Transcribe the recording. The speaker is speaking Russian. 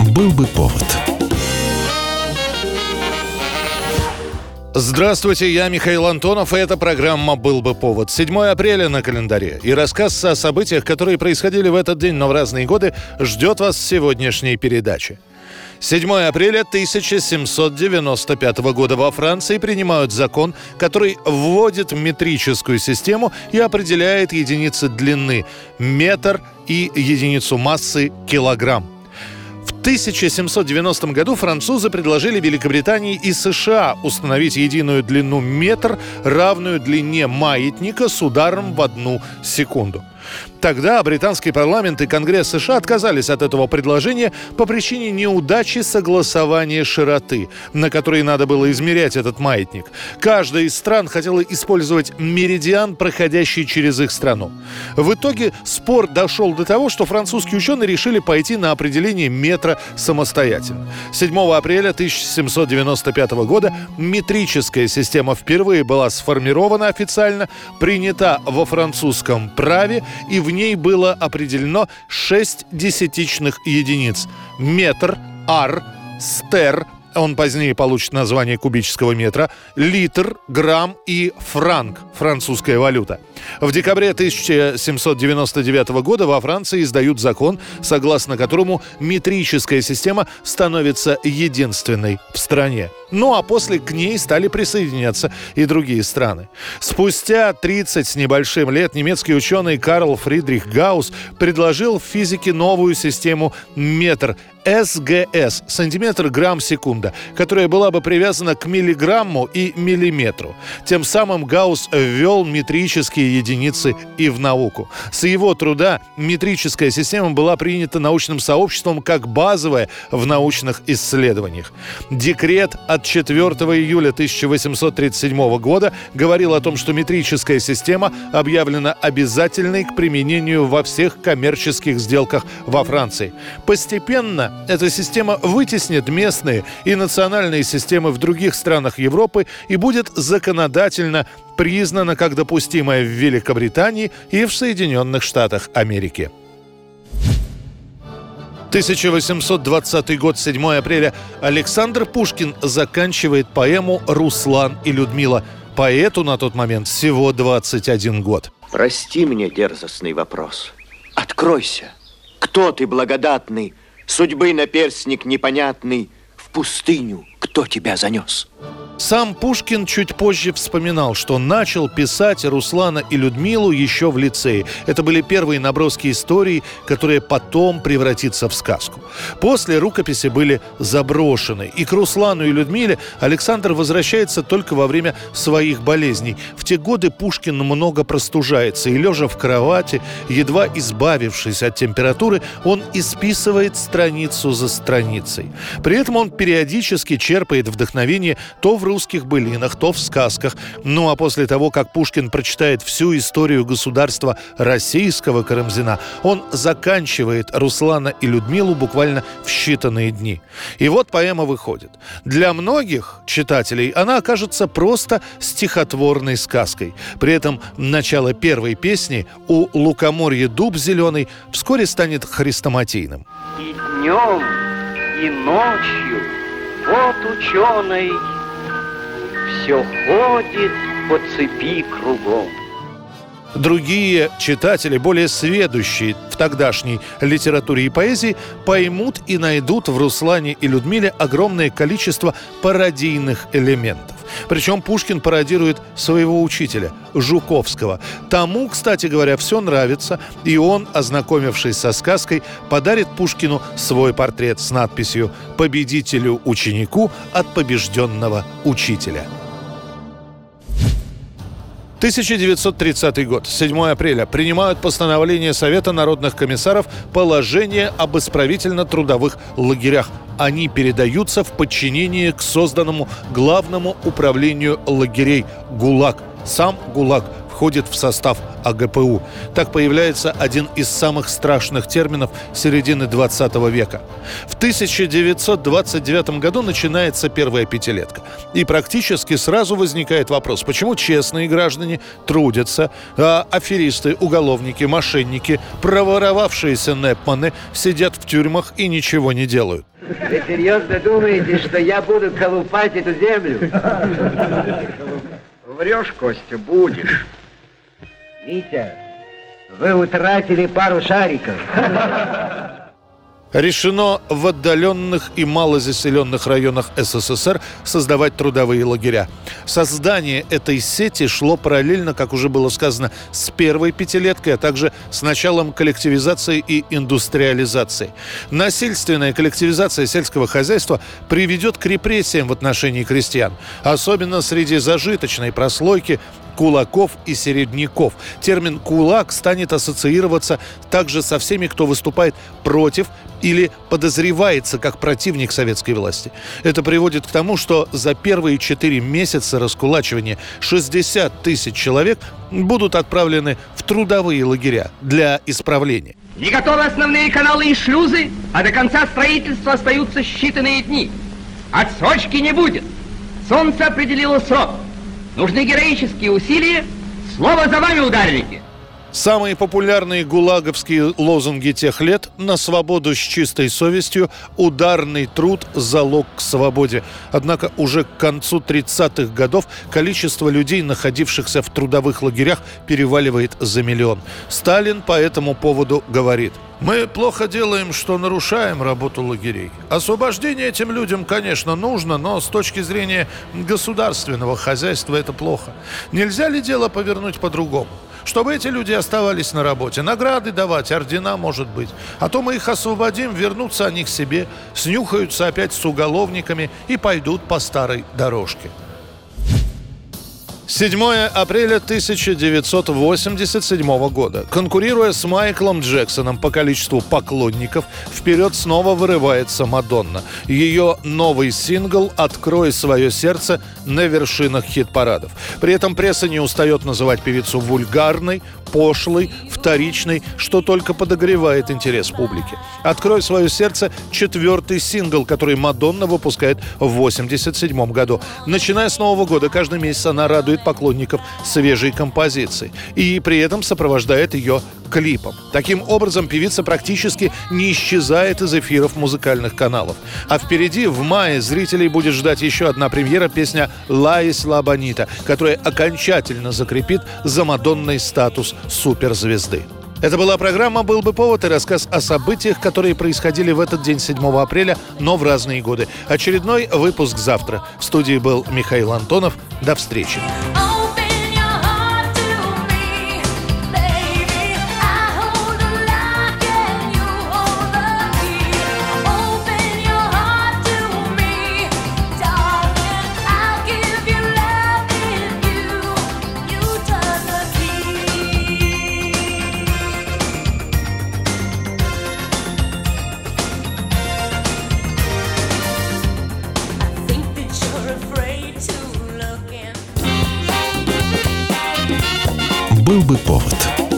Был бы повод. Здравствуйте, я Михаил Антонов, и эта программа «Был бы повод». 7 апреля на календаре. И рассказ о событиях, которые происходили в этот день, но в разные годы, ждет вас в сегодняшней передаче. 7 апреля 1795 года во Франции принимают закон, который вводит метрическую систему и определяет единицы длины – метр и единицу массы – килограмм. В 1790 году французы предложили Великобритании и США установить единую длину метр, равную длине маятника с ударом в 1 секунду. Тогда британский парламент и Конгресс США отказались от этого предложения по причине неудачи согласования широты, на которой надо было измерять этот маятник. Каждая из стран хотела использовать меридиан, проходящий через их страну. В итоге спор дошел до того, что французские ученые решили пойти на определение метра самостоятельно. 7 апреля 1795 года метрическая система впервые была сформирована официально, принята во французском праве, и в ней было определено 6 десятичных единиц. Метр, ар, стер, он позднее получит название кубического метра, литр, грамм и франк, французская валюта. В декабре 1799 года во Франции издают закон, согласно которому метрическая система становится единственной в стране. Ну а после к ней стали присоединяться и другие страны. Спустя 30 с небольшим лет немецкий ученый Карл Фридрих Гаусс предложил в физике новую систему метр СГС, сантиметр, грамм, секунда, которая была бы привязана к миллиграмму и миллиметру. Тем самым Гаусс ввел метрические единицы и в науку. С его труда метрическая система была принята научным сообществом как базовая в научных исследованиях. Декрет от 4 июля 1837 года говорил о том, что метрическая система объявлена обязательной к применению во всех коммерческих сделках во Франции. Постепенно эта система вытеснит местные и национальные системы в других странах Европы и будет законодательно признана как допустимая в Великобритании и в Соединенных Штатах Америки. 1820 год, 7 апреля. Александр Пушкин заканчивает поэму «Руслан и Людмила». Поэту на тот момент всего 21 год. Прости мне дерзостный вопрос. Откройся. Кто ты, благодатный, судьбы наперстник непонятный, в пустыню кто тебя занес? Сам Пушкин чуть позже вспоминал, что начал писать Руслана и Людмилу еще в лицее. Это были первые наброски истории, которые потом превратятся в сказку. После рукописи были заброшены. И к Руслану и Людмиле Александр возвращается только во время своих болезней. В те годы Пушкин много простужается, и, лежа в кровати, едва избавившись от температуры, он исписывает страницу за страницей. При этом он периодически черпает вдохновение то в русских былинах, то в сказках. Ну а после того, как Пушкин прочитает всю историю государства российского Карамзина, он заканчивает Руслана и Людмилу буквально в считанные дни. И вот поэма выходит. Для многих читателей она окажется просто стихотворной сказкой. При этом начало первой песни «У лукоморья дуб зеленый» вскоре станет хрестоматийным. И днем, и ночью вот ученый все ходит по цепи кругом. Другие читатели, более сведущие в тогдашней литературе и поэзии, поймут и найдут в Руслане и Людмиле огромное количество пародийных элементов. Причем Пушкин пародирует своего учителя, Жуковского. Тому, кстати говоря, все нравится, и он, ознакомившись со сказкой, подарит Пушкину свой портрет с надписью «Победителю-ученику от побежденного учителя». 1930 год, 7 апреля. Принимают постановление Совета народных комиссаров положение об исправительно-трудовых лагерях. Они передаются в подчинение к созданному Главному управлению лагерей ГУЛАГ. Сам ГУЛАГ входит в состав АГПУ. Так появляется один из самых страшных терминов середины 20 века. В 1929 году начинается первая пятилетка. И практически сразу возникает вопрос, почему честные граждане трудятся, а аферисты, уголовники, мошенники, проворовавшиеся непманы сидят в тюрьмах и ничего не делают. Вы серьезно думаете, что я буду колупать эту землю? Врешь, Костя, будешь. Витя, вы утратили пару шариков. Решено в отдаленных и малозаселенных районах СССР создавать трудовые лагеря. Создание этой сети шло параллельно, как уже было сказано, с первой пятилеткой, а также с началом коллективизации и индустриализации. Насильственная коллективизация сельского хозяйства приведет к репрессиям в отношении крестьян, особенно среди зажиточной прослойки, кулаков и середняков. Термин «кулак» станет ассоциироваться также со всеми, кто выступает против или подозревается как противник советской власти. Это приводит к тому, что за первые 4 месяца раскулачивания 60 тысяч человек будут отправлены в трудовые лагеря для исправления. Не готовы основные каналы и шлюзы, а до конца строительства остаются считанные дни. Отсрочки не будет. Солнце определило срок. Нужны героические усилия. Слово за вами, ударники! Самые популярные гулаговские лозунги тех лет: «На свободу с чистой совестью», «Ударный труд – залог к свободе». Однако уже к концу 30-х годов количество людей, находившихся в трудовых лагерях, переваливает за 1 миллион. Сталин по этому поводу говорит: «Мы плохо делаем, что нарушаем работу лагерей. Освобождение этим людям, конечно, нужно, но с точки зрения государственного хозяйства это плохо. Нельзя ли дело повернуть по-другому? Чтобы эти люди оставались на работе, награды давать, ордена, может быть. А то мы их освободим, вернутся они к себе, снюхаются опять с уголовниками и пойдут по старой дорожке». 7 апреля 1987 года. Конкурируя с Майклом Джексоном по количеству поклонников, вперед снова вырывается Мадонна. Ее новый сингл «Открой свое сердце» на вершинах хит-парадов. При этом пресса не устает называть певицу вульгарной, пошлой, вторичной, что только подогревает интерес публики. «Открой свое сердце» — 4-й сингл, который Мадонна выпускает в 1987 году. Начиная с Нового года, каждый месяц она радует поклонников свежей композицией и при этом сопровождает ее клипом. Таким образом, певица практически не исчезает из эфиров музыкальных каналов. А впереди в мае зрителей будет ждать еще одна премьера — песня «Ла Исла Бонита», которая окончательно закрепит за Мадонной статус суперзвезды. Это была программа «Был бы повод» и рассказ о событиях, которые происходили в этот день, 7 апреля, но в разные годы. Очередной выпуск завтра. В студии был Михаил Антонов. До встречи. «Был бы повод».